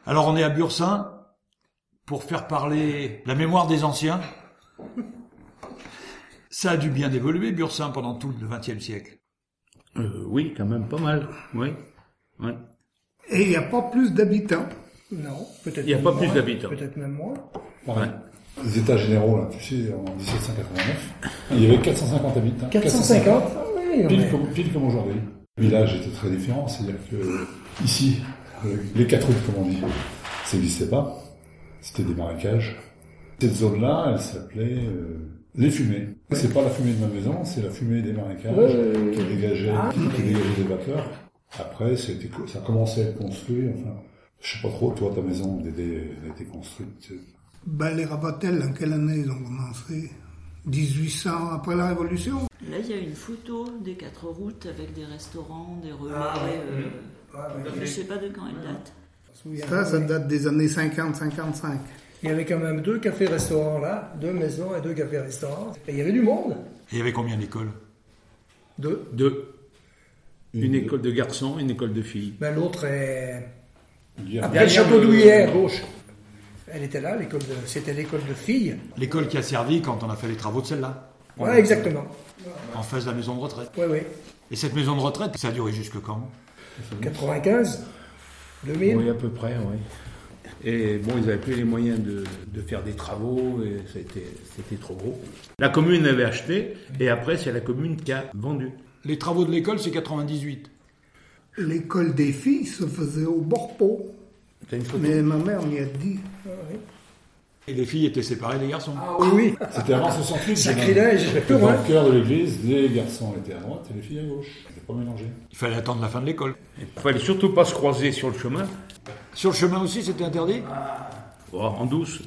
Alors on est à Bursin pour faire parler la mémoire des anciens. Ça a dû bien évoluer, Bursin, pendant tout le XXe siècle. Oui, quand même pas mal, oui. Oui. Et il n'y a pas plus d'habitants. Non, peut-être. Il n'y a pas plus d'habitants. Peut-être même moins. Ouais. Les états généraux, là, tu sais, en 1789, il y avait 450 habitants. 450 oui, pile comme aujourd'hui. Le village était très différent, c'est-à-dire que ici, les 4 rues, comme on dit, ça n'existait pas. C'était des marécages. Cette zone-là, elle s'appelait les fumées. C'est pas la fumée de ma maison, c'est la fumée des marécages qui dégageait des vapeurs. Après, ça commençait à être construit. Enfin, je sais pas trop. Toi, ta maison a été construite. Ben, les Rabatel, en quelle année ils ont commencé? 1800 après la Révolution. Là, il y a une photo des 4 routes avec des restaurants, des relais. Je ne sais pas de quand elle date. Ça date des années 50-55. Il y avait quand même 2 cafés-restaurants là, 2 maisons et 2 cafés-restaurants. Et il y avait du monde. Et il y avait combien d'écoles? 2. Une école de garçons, une école de filles. Ben, l'autre est après Derrière le château le- douillet à gauche. Elle était là, c'était l'école de filles. L'école qui a servi quand on a fait les travaux de celle-là, Ouais, exactement. en face de la maison de retraite. Oui. Et cette maison de retraite, ça a duré jusque quand? 95, 2000. Oui, à peu près, oui. Et bon, ils n'avaient plus les moyens de faire des travaux, et c'était trop gros. La commune avait acheté, et après, c'est la commune qui a vendu. Les travaux de l'école, c'est 98. L'école des filles se faisait au Borpo. T'as une photo? Mais ma mère m'y a dit. Et les filles étaient séparées des garçons. Oui. C'était avant 68. Sacrilège. Dans le cœur de l'église, les garçons étaient à droite et les filles à gauche. C'était pas mélangé. Il fallait attendre la fin de l'école. Il fallait surtout pas se croiser sur le chemin. Sur le chemin aussi, c'était interdit? Oh, en douce.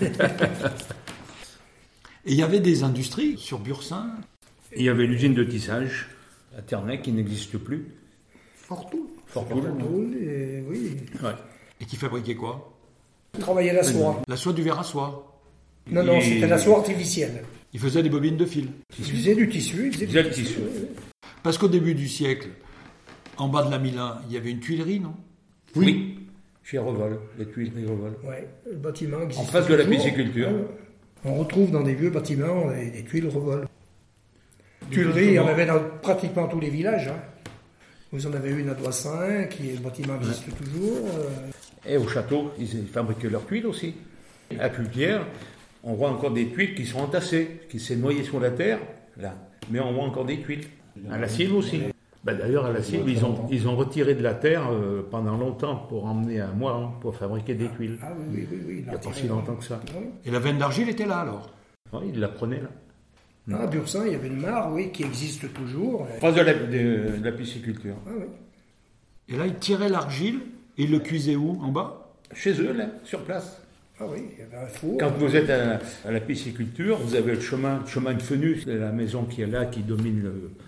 Et il y avait des industries sur Bursin. Il y avait l'usine de tissage à Ternay qui n'existe plus. Fortoul. Fortoul, et oui. Ouais. Et qui fabriquait quoi? Travaillait la soie. La soie du verre à soie. Non, c'était la soie artificielle. Il faisait des bobines de fil. Ils faisaient du tissu. Ils faisaient le du tissu. Parce qu'au début du siècle, en bas de la Milin, il y avait une tuilerie, non? Oui. Chez Revol, les tuileries Revol. Oui, le bâtiment existe En face de la toujours. pisciculture. On retrouve dans des vieux bâtiments des tuiles Revol. Tuileries, il y en avait dans pratiquement tous les villages. Hein. Vous en avez une à Doissin, le bâtiment existe toujours. Et au château, ils fabriquaient leurs tuiles aussi. À Pulpière, on voit encore des tuiles qui sont entassées, qui s'est noyées sous la terre, là. Mais on voit encore des tuiles. À la Cible aussi. D'ailleurs, à la Cible, ils ont retiré de la terre pendant longtemps pour emmener à Moiran, pour fabriquer des tuiles. Ah oui. Il n'y a pas si longtemps que ça. Et la veine d'argile était là, alors? Oui, ils la prenaient là. À Bursin, il y avait une mare, oui, qui existe toujours. En face de la pisciculture. Ah, oui. Et là, ils tiraient l'argile et ils le cuisaient où? En bas? Chez eux, là, sur place. Ah oui, il y avait un four. Quand vous êtes à la pisciculture, vous avez le chemin de Fenus, c'est la maison qui est là, qui domine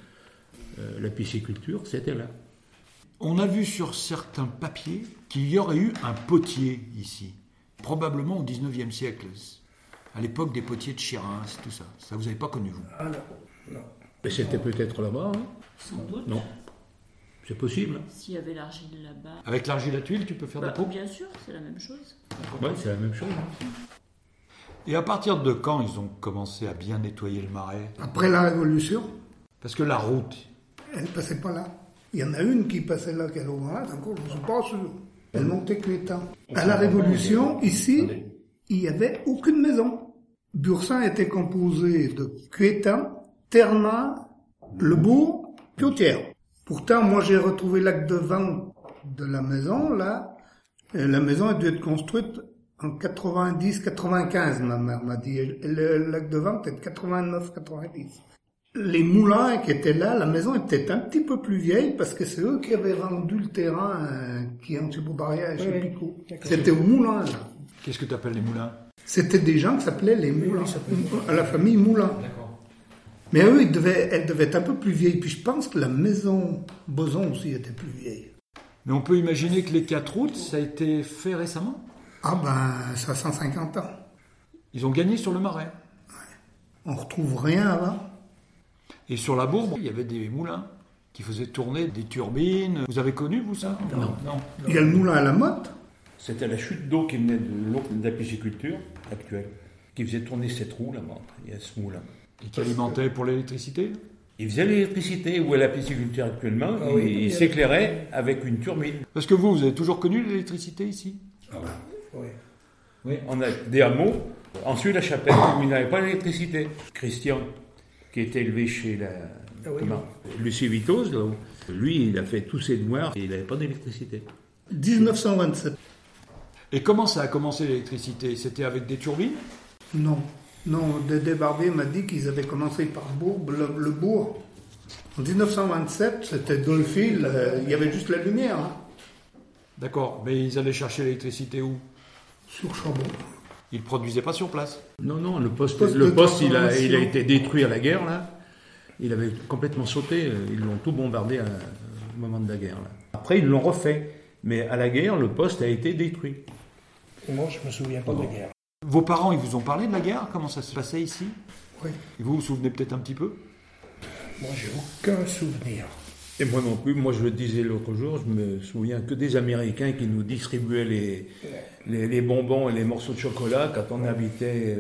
la pisciculture, c'était là. On a vu sur certains papiers qu'il y aurait eu un potier ici, probablement au 19e siècle, à l'époque des potiers de Chirins, tout ça. Ça, vous n'avez pas connu, vous? Ah non. Mais c'était peut-être là-bas, hein? Sans doute. Non. C'est possible. S'il y avait l'argile là-bas. Avec l'argile à tuile, tu peux faire des pots? Bien sûr, c'est la même chose. Oui, c'est la même chose. Et à partir de quand ils ont commencé à bien nettoyer le marais? Après la Révolution, Parce que la route, elle ne passait pas là. Il y en a une qui passait là, qui allait au marais, encore, je ne suis pas sûr. Elle montait Cuétin. À la Révolution, ici, il n'y avait aucune maison. Bursin était composé de Cuétin, Ternat, Le Bourg, Piotière. Pourtant, moi, j'ai retrouvé l'acte de vente de la maison, là. Et la maison a dû être construite en 90-95, ma mère m'a dit. L'acte de vente est de 89-90. Les moulins qui étaient là, la maison est peut-être un petit peu plus vieille parce que c'est eux qui avaient vendu le terrain qui est en Thibaut-Barrière chez Picot. C'était au moulin, là. qu'est-ce que tu appelles les moulins? C'était des gens qui s'appelaient les Moulins, à la famille Moulin. Mais eux, elle devait être un peu plus vieille. Puis je pense que la maison Boson aussi était plus vieille. Mais on peut imaginer que les 4 routes, ça a été fait récemment? Ah ben, ça a 150 ans. Ils ont gagné sur le marais. On retrouve rien avant. Et sur la Bourbe, il y avait des moulins qui faisaient tourner des turbines. Vous avez connu, vous, ça? Non. Il y a le moulin à la motte. C'était la chute d'eau qui venait de l'eau de la pisciculture actuelle, qui faisait tourner cette roue là-bas. Il y a ce moulin. Et qui alimentait pour l'électricité? Il faisait l'électricité, où est la pisciculture actuellement, il s'éclairait avec une turbine. Parce que vous avez toujours connu l'électricité ici? Oui, on a des hameaux. Ensuite, la chapelle, où il n'avait pas d'électricité. Christian, qui était élevé chez Lucie Vitose, là, lui, il a fait tous ses devoirs et il n'avait pas d'électricité. 1927. Et comment ça a commencé l'électricité? C'était avec des turbines? Non. Non, Dédé Barbier m'a dit qu'ils avaient commencé par le bourg. En 1927, c'était deux fils, il y avait juste la lumière. Hein. D'accord, mais ils allaient chercher l'électricité où? Sur Charbon. Ils ne produisaient pas sur place? Non, le poste il a été détruit à la guerre, là. Il avait complètement sauté, ils l'ont tout bombardé au moment de la guerre. Là. Après, ils l'ont refait, mais à la guerre, le poste a été détruit. Moi, je ne me souviens pas de la guerre. Vos parents, ils vous ont parlé de la guerre? Comment ça se passait ici? Oui. Et vous vous souvenez peut-être un petit peu? Moi, j'ai aucun souvenir. Et moi non plus. Moi, je le disais l'autre jour, je me souviens que des Américains qui nous distribuaient les bonbons et les morceaux de chocolat quand on habitait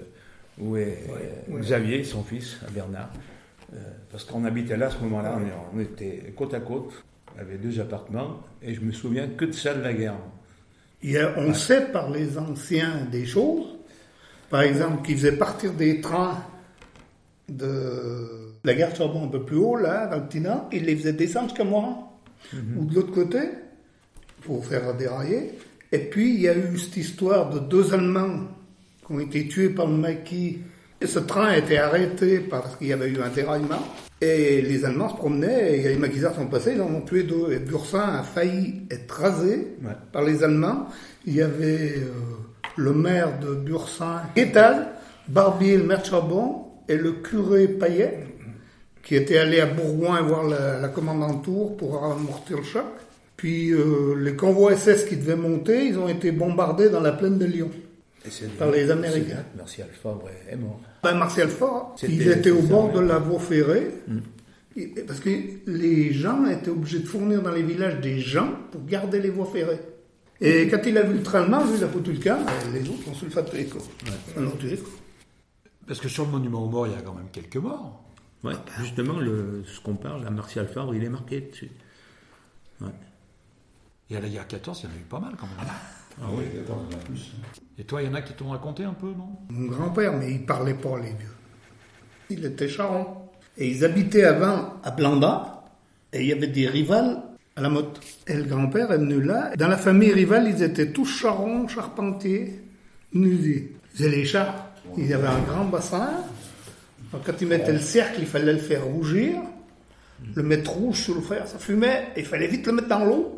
Xavier, son fils, à Bernard. Parce qu'on habitait là à ce moment-là, on était côte à côte, on avait 2 appartements, et je me souviens que de ça de la guerre. On sait par les anciens des choses, par exemple, qu'ils faisaient partir des trains de la gare de Charbon un peu plus haut, là, dans le Tina, ils les faisaient descendre jusqu'à Morin. Ou de l'autre côté, pour faire dérailler. Et puis, il y a eu cette histoire de 2 Allemands qui ont été tués par le maquis. Et ce train a été arrêté parce qu'il y avait eu un déraillement. Et les Allemands se promenaient, et les maquisards sont passés, ils en ont tué 2. Et Bursin a failli être rasé par les Allemands. Il y avait le maire de Bursin, Guétal, Barbier, le maire de Charbon, et le curé Payet, qui était allé à Bourgoin voir la commandante Tour pour amortir le choc. Puis les convois SS qui devaient monter, ils ont été bombardés dans la plaine de Lyon par les Américains. Martial Fabre est mort. Martial Fabre, il était au bord de la voie ferrée, parce que les gens étaient obligés de fournir dans les villages des gens pour garder les voies ferrées. Et quand il a vu le train allemand, lui, il a foutu le camp, les autres ont sulfaté. On a tué. Parce que sur le monument aux morts, il y a quand même quelques morts. Ouais, justement, ce qu'on parle, la Martial Fabre, il est marqué dessus. Ouais. Et à la guerre 14, il y en a eu pas mal quand même. Ah oui, 14, il y en a plus. Et toi, il y en a qui t'ont raconté un peu, non? Mon grand-père, mais il parlait pas, les vieux. Il était charron. Et ils habitaient avant à Blandat, et il y avait des rivales à la Motte. Et le grand-père est venu là. Dans la famille rivale, ils étaient tous charrons, charpentiers, nuisiers. Ils faisaient les chars. Ils avaient un grand bassin. Donc, quand ils mettaient le cercle, il fallait le faire rougir, le mettre rouge sur le fer, ça fumait, et il fallait vite le mettre dans l'eau.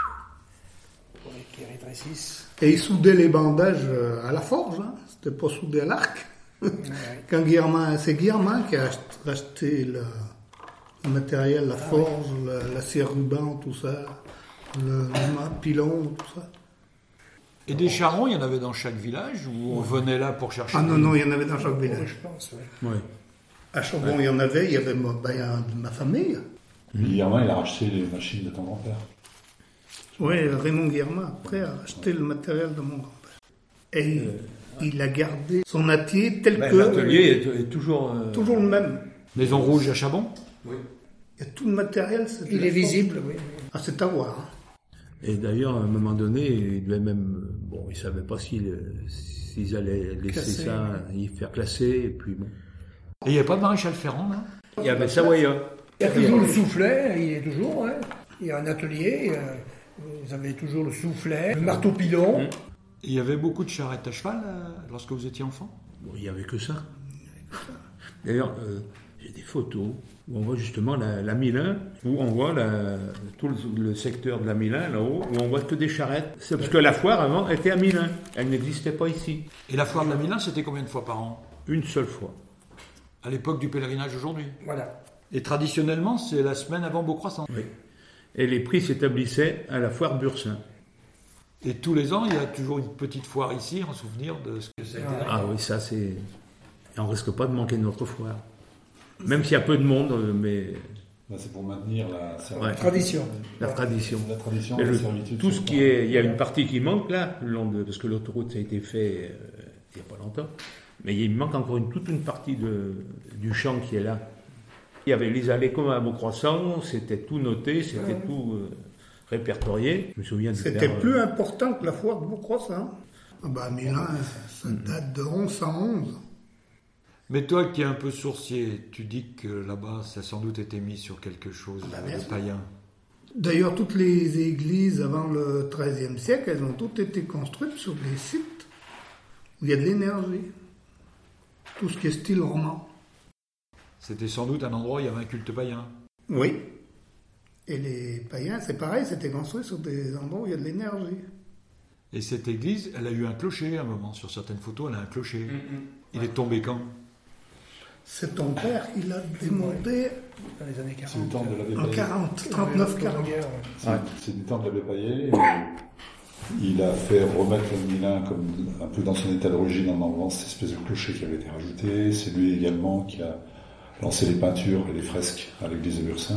Pour qu'ils rétrécissent. Et ils soudaient les bandages à la forge, hein. C'était pas soudé à l'arc. Quand c'est Guillermin qui a acheté le matériel, la forge, l'acier ruban, tout ça, le pilon, tout ça. Et des charrons, il y en avait dans chaque village, où on venait là pour chercher? Ah non, il y en avait dans chaque village. Je pense, Oui. À Charbon, il y en avait, il y avait ma famille. Guillermin, il a racheté les machines de ton grand-père. Oui, Raymond Guillermin, après, a acheté le matériel de mon grand-père. Et il a gardé son atelier tel que... L'atelier est toujours... Toujours le même. Maison Rouge à Charbon? Oui. Il y a tout le matériel. Il est visible, oui. Ah, c'est à voir. Hein. Et d'ailleurs, à un moment donné, il devait même... Bon, il ne savait pas s'ils allaient laisser Classer, ça, y faire classer, et puis bon. Et il n'y a pas de maréchal Ferrand, là? Il y avait Savoya. Il y a toujours le soufflet, il est toujours, hein. Il y a un atelier, vous avez toujours le soufflet, le marteau-pilon. Et il y avait beaucoup de charrettes à cheval lorsque vous étiez enfant? Bon, il n'y avait que ça. D'ailleurs, j'ai des photos où on voit justement la Milin, où on voit tout le secteur de la Milin, là-haut, où on voit que des charrettes. C'est parce que la foire, avant, était à Milin. Elle n'existait pas ici. Et la foire de la Milin, c'était combien de fois par an? Une seule fois. À l'époque du pèlerinage aujourd'hui? Voilà. Et traditionnellement, c'est la semaine avant Beaucroissant? Oui. Et les prix s'établissaient à la foire Bursin. Et tous les ans, il y a toujours une petite foire ici, en souvenir de ce que c'était. Ah oui, ça c'est... Et on risque pas de manquer de notre foire. Même s'il y a peu de monde, mais Là, c'est pour maintenir la Ouais. Tradition. La tradition. La tradition, Mais la servitude. tout ce qui est, il y a une partie qui manque là, parce que l'autoroute ça a été fait il n'y a pas longtemps, mais il manque encore toute une partie du champ qui est là. Il y avait les allées comme à Beaucroissant, c'était tout noté, c'était tout répertorié. Je me souviens C'était plus important que la foire de Beaucroissant. Ah bah Milan, ça date de 1111. Mais toi qui es un peu sourcier, tu dis que là-bas, ça a sans doute été mis sur quelque chose de païen. D'ailleurs, toutes les églises avant le XIIIe siècle, elles ont toutes été construites sur des sites où il y a de l'énergie. Tout ce qui est style roman. C'était sans doute un endroit où il y avait un culte païen. Oui. Et les païens, c'est pareil, c'était construit sur des endroits où il y a de l'énergie. Et cette église, elle a eu un clocher à un moment. Sur certaines photos, elle a un clocher. Il est tombé quand? C'est ton père qui l'a démonté Dans les années 40. C'est le temps de l'abbé en Paillet. 40, 39-40. C'est du temps de l'abbé Paillet. Il a fait remettre le Milan comme un peu dans son état d'origine en enlevant cette espèce de clocher qui avait été rajouté. C'est lui également qui a lancé les peintures et les fresques à l'église de Bursin.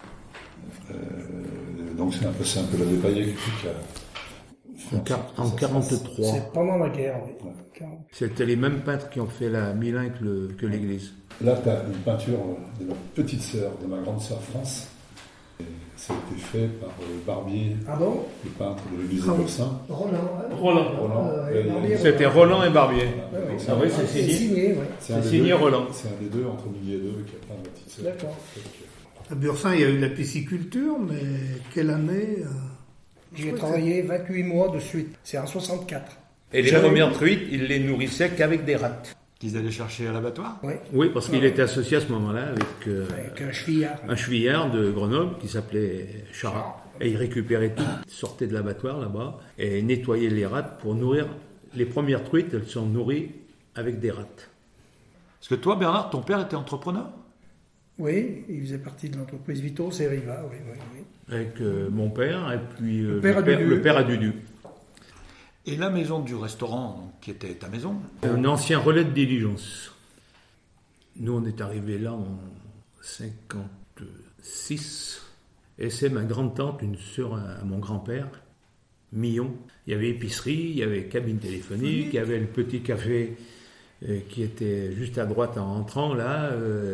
Donc c'est un peu l'abbé Paillet qui a fait en 43. C'est pendant la guerre, oui. Ouais. 40. C'était les mêmes peintres qui ont fait la Milan que l'église. Là, tu as une peinture de ma petite sœur, de ma grande sœur France. Et ça a été fait par Barbier, Ah bon? le peintre de l'église de Bursin. Roland. C'était Roland et Barbier. Ouais, ouais. Ah oui, c'est signé. Ouais. C'est un des signé deux- Roland. C'est un des deux, entre midi et deux, qui a peint ma petite sœur. D'accord. À Bursin, il y a eu de la pisciculture, mais quelle année J'y ai travaillé 28 mois de suite. C'est en 64. Et les premières truites, il les nourrissait qu'avec des rats. Qu'ils allaient chercher à l'abattoir? Oui. Oui, parce qu'il était associé à ce moment-là avec Avec un chevillard. un chevillard de Grenoble qui s'appelait Charat. Et il récupérait tout, sortait de l'abattoir là-bas et nettoyait les rats pour nourrir. Les premières truites, elles sont nourries avec des rats. Parce que toi, Bernard, ton père était entrepreneur? Oui, il faisait partie de l'entreprise Vito, c'est Riva, oui. Avec mon père et puis Le père à Dudu. le père à Dudu. Et la maison du restaurant, qui était ta maison? Un ancien relais de diligence. Nous, on est arrivés là en 56. Et c'est ma grande-tante, une sœur à mon grand-père, Millon. Il y avait épicerie, il y avait cabine téléphonique, il y avait le petit café qui était juste à droite en entrant là.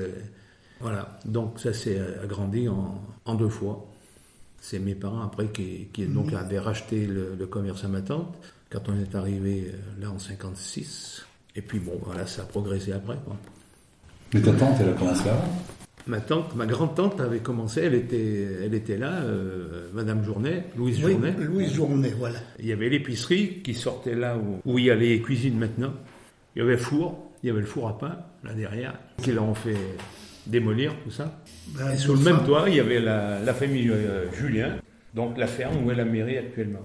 Voilà, donc ça s'est agrandi en 2 fois. C'est mes parents après qui donc avaient racheté le commerce à ma tante quand on est arrivé là en 56. Et puis bon, voilà, ça a progressé après, quoi. Mais ta tante, elle a commencé avant? Ma grand-tante avait commencé, elle était là, Madame Journet, Louise Journet. Louise Journet, voilà. Il y avait l'épicerie qui sortait là où il y a les cuisines maintenant. Il y avait le four à pain, là derrière, qui l'ont fait démolir, tout ça. Ben, Et sous le même toit, il y avait la famille Julien, donc la ferme où est la mairie actuellement.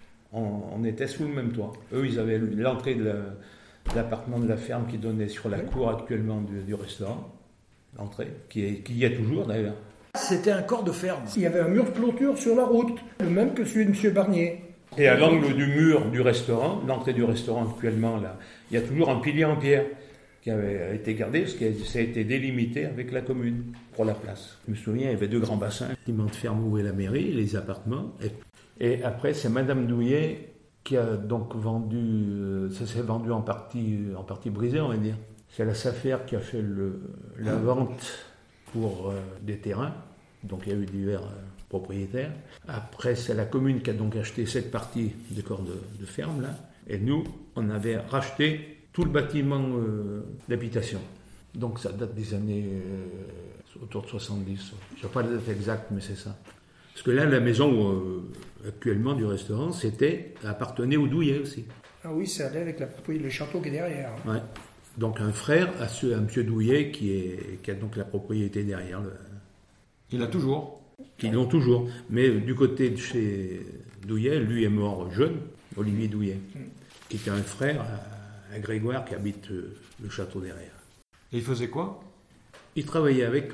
On était sous le même toit. Eux, ils avaient l'entrée de l'appartement de la ferme qui donnait sur la cour actuellement du restaurant. L'entrée, qui y est toujours d'ailleurs. C'était un corps de ferme. Il y avait un mur de clôture sur la route, le même que celui de M. Barnier. Et à l'angle du mur du restaurant, l'entrée du restaurant actuellement, là, il y a toujours un pilier en pierre qui avait été gardé parce que ça a été délimité avec la commune pour la place. Je me souviens, il y avait 2 grands bassins. L'immense ferme où est la mairie, les appartements. Et après, c'est Madame Douillet qui a donc vendu, ça s'est vendu en partie brisée, on va dire. C'est la SAFER qui a fait la vente pour des terrains. Donc il y a eu divers propriétaires. Après, c'est la commune qui a donc acheté cette partie des corps de ferme, là. Et nous, on avait racheté tout le bâtiment d'habitation. Donc ça date des années autour de 70. Je n'ai pas la date exacte, mais c'est ça. Parce que là, la maison actuellement du restaurant, appartenait au Douillet aussi. Ah oui, ça allait avec le château qui est derrière. Ouais. Donc un frère à M. Douillet qui a donc la propriété derrière. Il a toujours. Qui l'ont toujours. Mais du côté de chez Douillet, lui est mort jeune, Olivier Douillet, qui était un frère à Grégoire qui habite le château derrière. Et il faisait quoi? Il travaillait avec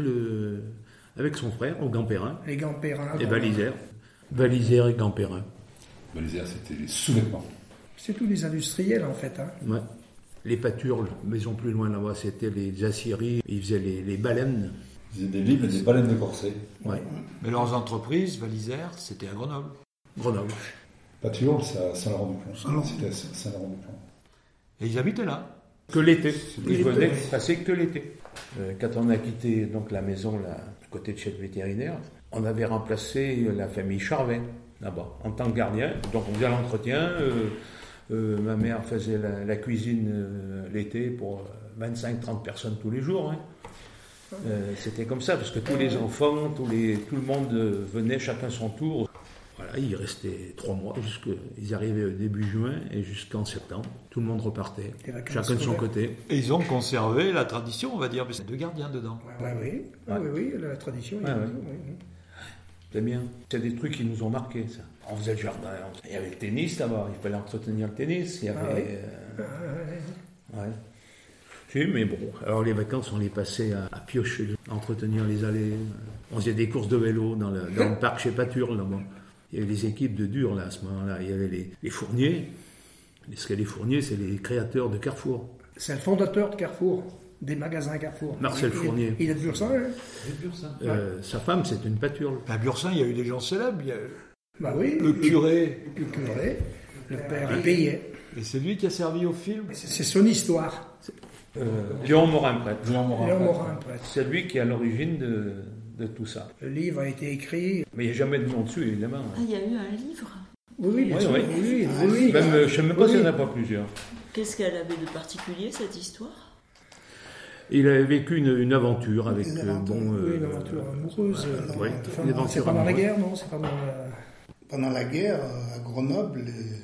son frère au Gampérin Les Gampérins. et Valisère. Valisère et Gampérin. Valisère, c'était les sous-vêtements. C'est tous les industriels en fait. Hein. Ouais. Les pâtures, maison plus loin là-bas, c'était les aciéries. Ils faisaient les baleines. Ils faisaient des livres et des baleines de corset. Ouais. Mais leurs entreprises, Valisère, c'était à Grenoble. Grenoble. Patiour, c'est à Saint-Laurent-du-Pont. C'était à Saint-Laurent-du-Pont. Et ils habitaient là. Que l'été. Ils venaient passer que l'été. Quand on a quitté donc la maison là, du côté de chez le vétérinaire, on avait remplacé la famille Charvet là-bas en tant que gardien. Donc on faisait l'entretien. Ma mère faisait la cuisine l'été pour 25-30 personnes tous les jours. Hein. C'était comme ça, parce que tous les enfants, tout le monde venait chacun son tour. Voilà, il restait 3 mois, ils arrivaient au début juin et jusqu'en septembre. Tout le monde repartait, chacun de son côté. Et ils ont conservé la tradition, on va dire, mais c'est 2 gardiens dedans. Oui, la tradition. C'est bien. C'est des trucs qui nous ont marqués, ça. On faisait le jardin, il y avait le tennis là-bas, il fallait entretenir le tennis, il y avait... Ouais. Si, mais bon, alors les vacances, on les passait à piocher, à entretenir les allées. On faisait des courses de vélo dans le parc chez Paturle, là-bas. Il y avait les équipes de dur, là, à ce moment-là. Il y avait les Fourniers. Les Fourniers, c'est les créateurs de Carrefour. C'est le fondateur de Carrefour, des magasins Carrefour. Marcel Fournier. Il est de Bursin, hein. Sa femme, c'est une Paturle. À Bursin, il y a eu des gens célèbres. Il y a Oui. le curé. Le père, il payait. Et c'est lui qui a servi au film. C'est son histoire. Léon Morin-Prêtre. Léon Morin-Prêtre. C'est lui qui est à l'origine de tout ça. Le livre a été écrit. Mais il n'y a jamais de nom dessus, évidemment. Ah, il y a eu un livre. Oui. Même, je ne sais même pas s'il n'y en a pas plusieurs. Qu'est-ce qu'elle avait de particulier, cette histoire? Il avait vécu une aventure avec... une aventure amoureuse. Oui, une aventure c'est pendant la guerre, non? C'est Pendant la guerre, à Grenoble,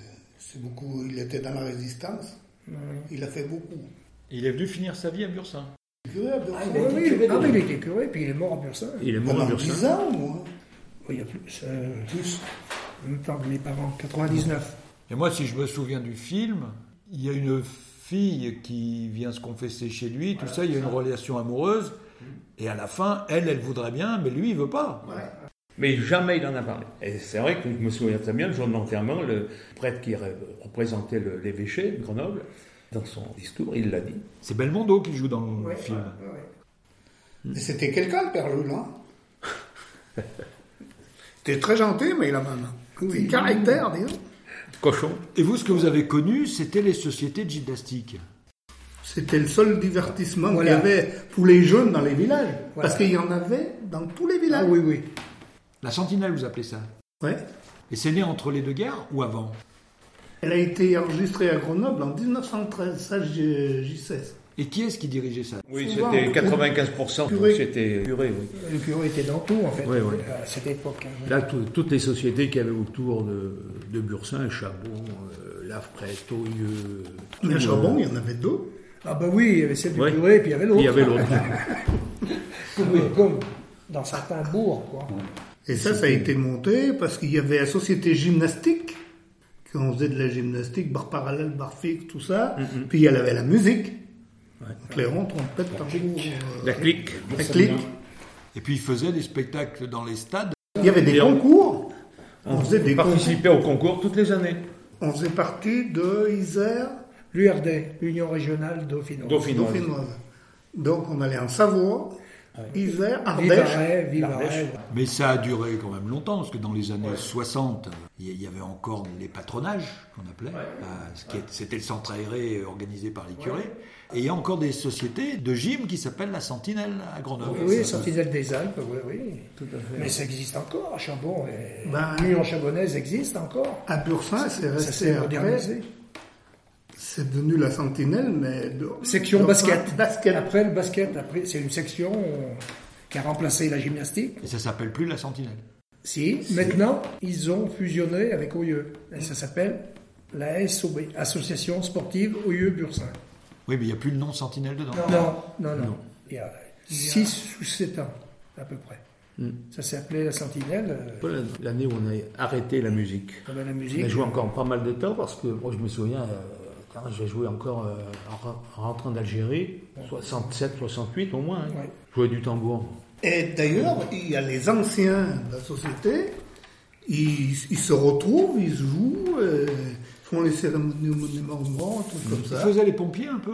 il était dans la résistance. Il a fait beaucoup. Il est venu finir sa vie à Bursin. Curé à Bursin. Il était curé, puis il est mort à Bursin. Il est mort à Bursin. 10 ans, moi. Il y a plus. En même temps que mes parents, 99. Et moi, si je me souviens du film, il y a une fille qui vient se confesser chez lui, tout ça, il y a une relation amoureuse, et à la fin, elle voudrait bien, mais lui, il veut pas. Ouais. Mais jamais il en a parlé. Et c'est vrai que je me souviens très bien, le jour de l'enterrement, le prêtre qui représentait l'évêché de Grenoble, dans son discours, il l'a dit. C'est Belmondo qui joue dans le film. Et c'était quelqu'un, le père Jules, hein. C'était très gentil, mais il a un caractère, disons. Cochon. Et vous, ce que vous avez connu, c'était les sociétés de gymnastique. C'était le seul divertissement qu'il y avait pour les jeunes dans les villages. Voilà. Parce qu'il y en avait dans tous les villages. Ah oui. La Sentinelle, vous appelez ça? Ouais. Et c'est né entre les 2 guerres ou avant? Elle a été enregistrée à Grenoble en 1913, ça j'y sais. Et qui est-ce qui dirigeait ça? Oui, c'était 95%. C'était curé, oui. Le curé était dans tout, en fait, oui. à cette époque. Là, toutes les sociétés qu'il y avait autour de Bursin, Chabon, Lafret, Toyeux... Mais à Chabon, il y en avait 2. Ah bah oui, il y avait celle du curé, et puis il y avait l'autre. Il y avait l'autre. Comme dans certains bourgs, quoi. Et ça a été monté parce qu'il y avait la société gymnastique, qu'on faisait de la gymnastique, barre parallèle, barre fixe, tout ça. Puis il y avait la musique. Clairon, trompette, tambour. La clique. La clique. Et puis ils faisaient des spectacles dans les stades. Il y avait des concours. On faisait des participait au concours toutes les années. On faisait partie de Isère. L'URD, l'Union Régionale Dauphinoise. Donc on allait en Savoie, Isère, Ardèche. Vivarais. Mais ça a duré quand même longtemps, parce que dans les années 60, il y avait encore les patronages, qu'on appelait. C'était le centre aéré organisé par les curés. Et il y a encore des sociétés de gym qui s'appellent la Sentinelle à Grenoble. Oui, Sentinelle des Alpes, oui. Tout à fait. Mais ça existe encore à Chabon. L'Union Chabonnaise existe encore. À Bursin, c'est resté. Ça s'est modernisé. C'est devenu la Sentinelle, mais... Section basket. Après le basket, c'est une section qui a remplacé la gymnastique. Et ça s'appelle plus la Sentinelle. Si, maintenant, ils ont fusionné avec Oyeux. Et ça s'appelle la SOB, Association Sportive Oyeux-Bursin. Oui, mais il n'y a plus le nom Sentinelle dedans. Non. Il y a 6 ou 7 ans, à peu près. Ça s'est appelé la Sentinelle. L'année où on a arrêté la musique. La musique. On a joué encore pas mal de temps parce que moi je me souviens, quand j'ai joué encore en rentrant d'Algérie, 67, 68 au moins. Je jouais du tambour. Et d'ailleurs, il y a les anciens de la société, ils se retrouvent, ils jouent, font les cérémonies au monument, tout comme ça. Ils faisaient les pompiers un peu aussi.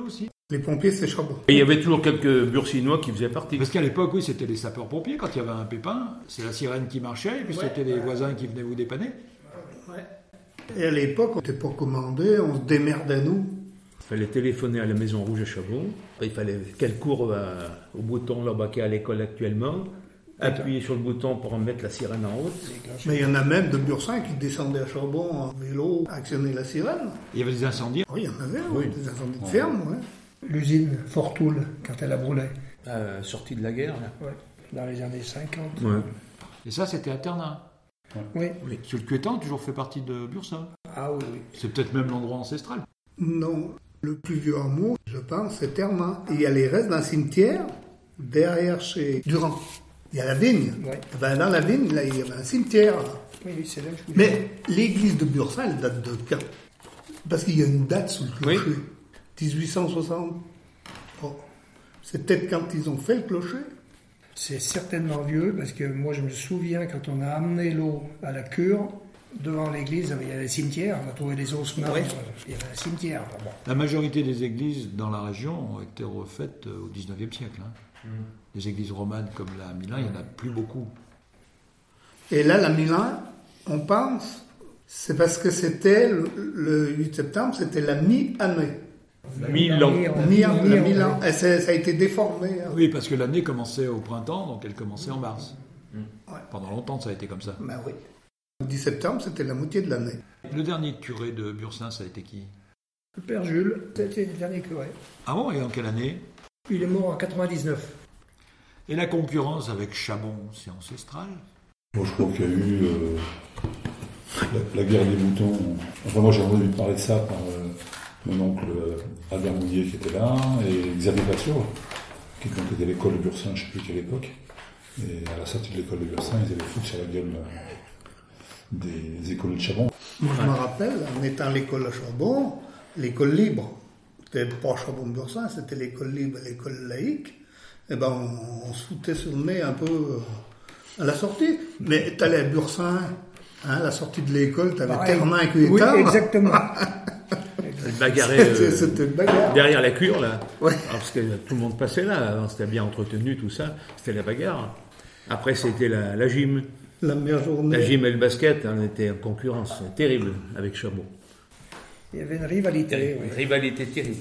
Les pompiers, c'est Chabon. Et il y avait toujours quelques Bursinois qui faisaient partie. Parce qu'à l'époque, oui, c'était les sapeurs-pompiers. Quand il y avait un pépin, c'est la sirène qui marchait, et puis c'était les voisins qui venaient vous dépanner. Ouais. Et à l'époque, on n'était pas commandé, on se démerdait nous. Il fallait téléphoner à la Maison Rouge à Chabon. Il fallait qu'elle court au bouton là-bas qui est à l'école actuellement. Appuyer sur le bouton pour mettre la sirène en haut. Mais il y en a même de Bursin qui descendaient à Chabon en vélo, actionner la sirène. Il y avait des incendies. Oui, il y en avait, des incendies de ferme, ouais. L'usine Fortoul, quand elle a brûlé. Sortie de la guerre, là. Ouais, dans les années 50. Ouais. Et ça, c'était à Ternin. Oui. Sur le Cuétan, toujours fait partie de Bursin. Ah oui, oui. C'est peut-être même l'endroit ancestral. Non, le plus vieux hameau, je pense, c'est Ternin. Et il y a les restes d'un cimetière derrière chez Durand. Il y a la vigne. Ouais. Et ben, dans la vigne, là, il y avait un cimetière. Là. Oui, c'est là que je voulais dire. Mais l'église de Bursin, elle date de quand? Parce qu'il y a une date sous le clocher. Oui. 1860. Oh. C'est peut-être quand ils ont fait le clocher. C'est certainement vieux, parce que moi je me souviens quand on a amené l'eau à la cure, devant l'église, il y avait des cimetières, on a trouvé des ossements, il y avait un cimetière. Bon. La majorité des églises dans la région ont été refaites au 19e siècle. Les églises romanes comme la à Milan, il n'y en a plus beaucoup. Et là, la Milan, on pense, c'est parce que c'était le 8 septembre, c'était la mi-année. Milan. Milan. Et ça a été déformé. Hein. Oui, parce que l'année commençait au printemps, donc elle commençait en mars. Ouais. Pendant longtemps, ça a été comme ça. Ben oui. Le 10 septembre, c'était la moitié de l'année. Le dernier curé de Bursin, ça a été qui? Le père Jules, c'était le dernier curé. Ah bon, et en quelle année? Il est mort en 99. Et la concurrence avec Chabon, c'est ancestral? Moi, je crois qu'il y a eu la guerre des moutons. Enfin, moi, j'ai entendu parler de ça par mon oncle Albert Mouillet qui était là, et Xavier Pature, qui donc était à l'école de Bursin, je ne sais plus quelle époque. Et à la sortie de l'école de Bursin, ils avaient foutu sur la gueule des écoles de Chabon. Moi, je me rappelle, en étant à l'école à Chabon, l'école libre, c'était pas Chabon-Bursin, c'était l'école libre et l'école laïque. Eh ben, on se foutait sur le nez un peu à la sortie. Mais tu allais à Bursin, hein, la sortie de l'école, tu avais Ternin et Cuétard. Oui, exactement. C'était une bagarre. derrière la cure, là. Ouais. Parce que tout le monde passait là. Avant, c'était bien entretenu, tout ça. C'était la bagarre. Après, c'était la gym. La meilleure journée. La gym et le basket, on était en concurrence terrible avec Chabon. Il y avait une rivalité. Une rivalité terrible.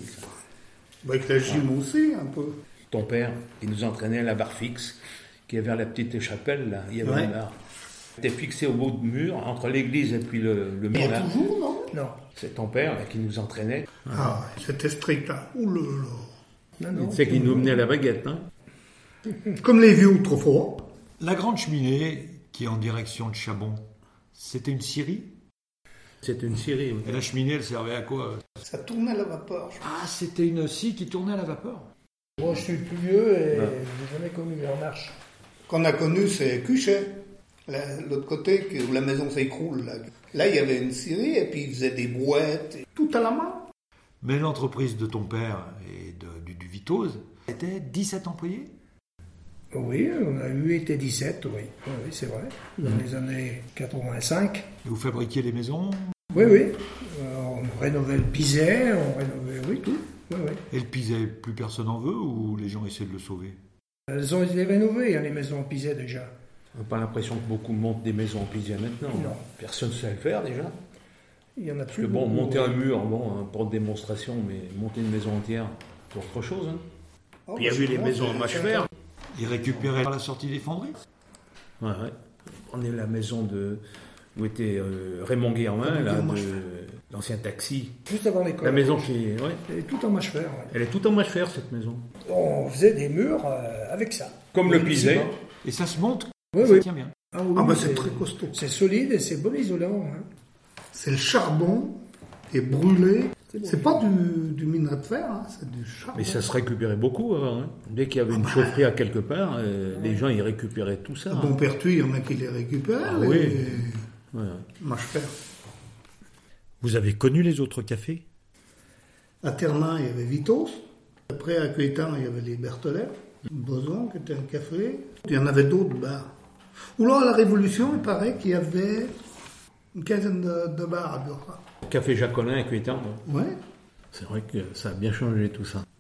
Avec la gym aussi, un peu. Ton père, il nous entraînait à la barre fixe, qui est vers la petite chapelle, là. Il y avait une barre. C'était fixé au bout du mur, entre l'église et puis le mur, là. Toujours, non? Non. C'est ton père là, qui nous entraînait. Ah, c'était strict, là. Ouh là là. Non, C'est qui nous menait à la baguette, hein. Comme les vieux autrefois. La grande cheminée, qui est en direction de Chabon, c'était une scierie? C'était une scierie, oui. Et la cheminée, elle servait à quoi? Ça tournait à la vapeur. Ah, c'était une scie qui tournait à la vapeur. Moi, je suis le plus vieux et je n'ai jamais connu En Marche. Qu'on a connu, c'est Cuchet. L'autre côté, où la maison s'écroule. Là, il y avait une scierie et puis ils faisaient des brouettes. Tout à la main. Mais l'entreprise de ton père et du Vitose était 17 employés? Oui, on a été 17, oui. Oui, c'est vrai. Dans les années 85. Et vous fabriquiez les maisons? Oui, oui. On rénovait le Pizet, on rénovait, oui, tout. Oui, oui. Et le Pizet, plus personne en veut ou les gens essaient de le sauver? Elles ont été rénovées, hein, les maisons en Pizet déjà. On n'a pas l'impression que beaucoup montent des maisons en Pizet maintenant. Non. Personne ne sait le faire déjà. Il y en a Parce plus. que bon, beaucoup. monter un mur, pour démonstration, mais monter une maison entière, c'est autre chose. Hein. Oh, Puis il y a eu les maisons en mâche-fer. Ils récupéraient à la sortie des fonderies? Ouais. On est la maison où était Raymond Guermin, là, l'ancien taxi. Juste avant l'école. La maison qui est... Ouais. Elle est toute en mâche-fer. Ouais. Elle est toute en mâche-fer, cette maison. On faisait des murs avec ça. Comme le Pizet. Et ça se monte? Oui, ça oui. tient bien. Ah, oui, Ah, bah c'est très costaud. C'est solide et c'est bon isolant. Hein. C'est le charbon qui est brûlé. C'est pas du minerai de fer, hein, c'est du charbon. Mais ça se récupérait beaucoup avant. Hein. Dès qu'il y avait une chaufferie à quelque part, les gens ils récupéraient tout ça. À Bonpertuis, il y en a qui les récupèrent. Ah, les oui. Ouais. mâche-fer. Vous avez connu les autres cafés? À Ternin, il y avait Vitos. Après, à Cuétan, il y avait les Berthelets. Boson, qui était un café. Il y en avait d'autres bars. Ou là, à la Révolution, il paraît qu'il y avait une quinzaine de bars à Bursa. Café Jacolin et Cuétan. Ouais. C'est vrai que ça a bien changé tout ça.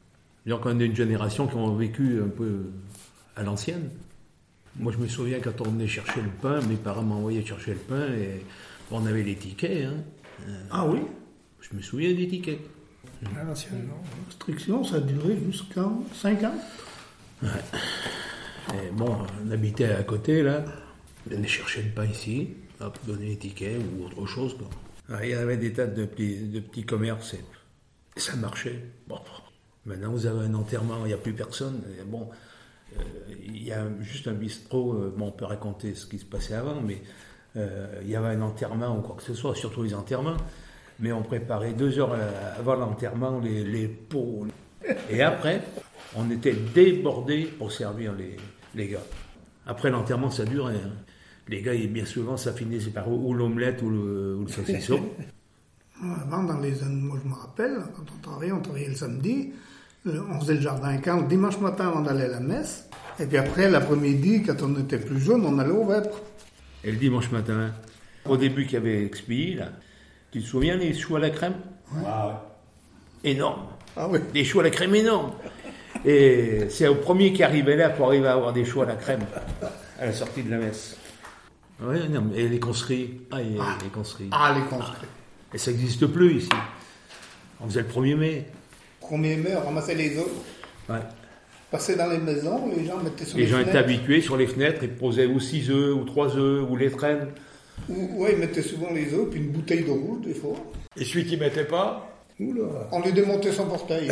Donc on est une génération qui ont vécu un peu à l'ancienne. Moi je me souviens quand on venait chercher le pain, mes parents m'envoyaient chercher le pain et on avait les tickets. Hein. Ah oui? Je me souviens des tickets. À l'ancienne, non. L'instruction, ça a duré jusqu'à 5 ans. Ouais. Et bon, on habitait à côté là, on venait chercher le pain ici, hop, donner les tickets ou autre chose. Quoi. Alors, il y avait des tas de petits commerces et ça marchait. Bon, maintenant vous avez un enterrement, il n'y a plus personne. Et bon, il y a juste un bistrot, bon, on peut raconter ce qui se passait avant, mais il y avait un enterrement ou quoi que ce soit, surtout les enterrements. Mais on préparait 2 heures avant l'enterrement les pots. Et après, on était débordés pour servir les gars. Après l'enterrement, ça durait. Hein. Les gars, bien souvent, ça finissait par ou l'omelette ou le saucisson. Avant, dans les années, moi je me rappelle, quand on travaillait le samedi, on faisait le jardin camp le dimanche matin avant d'aller à la messe. Et puis après, l'après-midi, quand on était plus jeune, on allait au vêpres. Et le dimanche matin, au début qu'il y avait Expi, là, tu te souviens les choux à la crème? Ah ouais. Énorme. Ah oui. Des choux à la crème énormes. Et c'est au premier qui arrivait là pour arriver à avoir des choux à la crème à la sortie de la messe. Oui, non, et les conscrits. Les conscrits. Ah, les conscrits. Et ça n'existe plus ici. On faisait le 1er mai. 1er mai, on ramassait les œufs. Ouais. Passait dans les maisons, les gens mettaient sur les les gens fenêtres. étaient habitués sur les fenêtres, ils posaient ou 6 œufs, ou 3 œufs, ou les traînes. Ouais, ils mettaient souvent les œufs, puis une bouteille de rouge, des fois. Et celui qui mettait pas? Oula. On lui démontait son portail.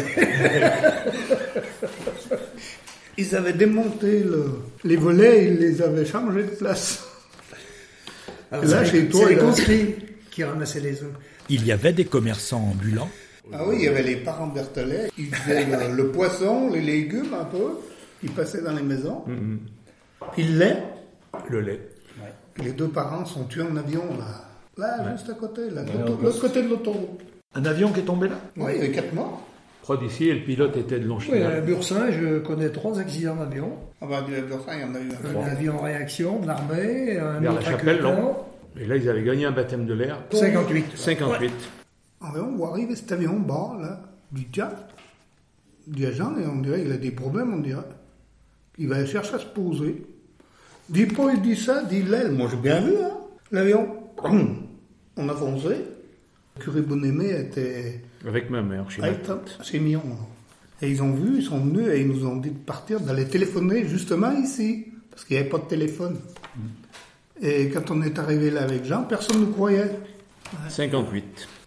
Ils avaient démonté les volets, ils les avaient changés de place. Alors, Là, chez toi, c'est les il y a- conscrits qui ramassaient les œufs. Il y avait des commerçants ambulants. Ah oui, il y avait les parents Berthelet, ils faisaient le poisson, les légumes un peu, ils passaient dans les maisons. Puis le lait, Le lait. les 2 parents sont tués en avion, là juste à côté, là, de Ouais, l'autre côté de l'autoroute. Un avion qui est tombé là? Oui, il y avait 4 morts. Près d'ici, et le pilote était de Oui, à Longchinal. Bursin, je connais 3 accidents d'avion. Ah bah, du Bursin, il y en a eu un. Un avion en réaction de l'armée, un Vers la autre chapelle, accueillant. non. Et là, ils avaient gagné un baptême de l'air. 58. 58. On voit arriver cet avion bas, là, du Tchad, du agent, et on dirait qu'il a des problèmes, on dirait. Il va chercher à se poser. Dit pas, il dit ça, dit l'aile. Moi, j'ai bien vu, hein, l'avion. On a foncé. Le curé Bonnemé était Avec ma mère, chez ma tante. c'est mignon. Et ils ont vu, ils sont venus et ils nous ont dit de partir, d'aller téléphoner justement ici, parce qu'il n'y avait pas de téléphone. Et quand on est arrivé là avec Jean, personne ne nous croyait. 58.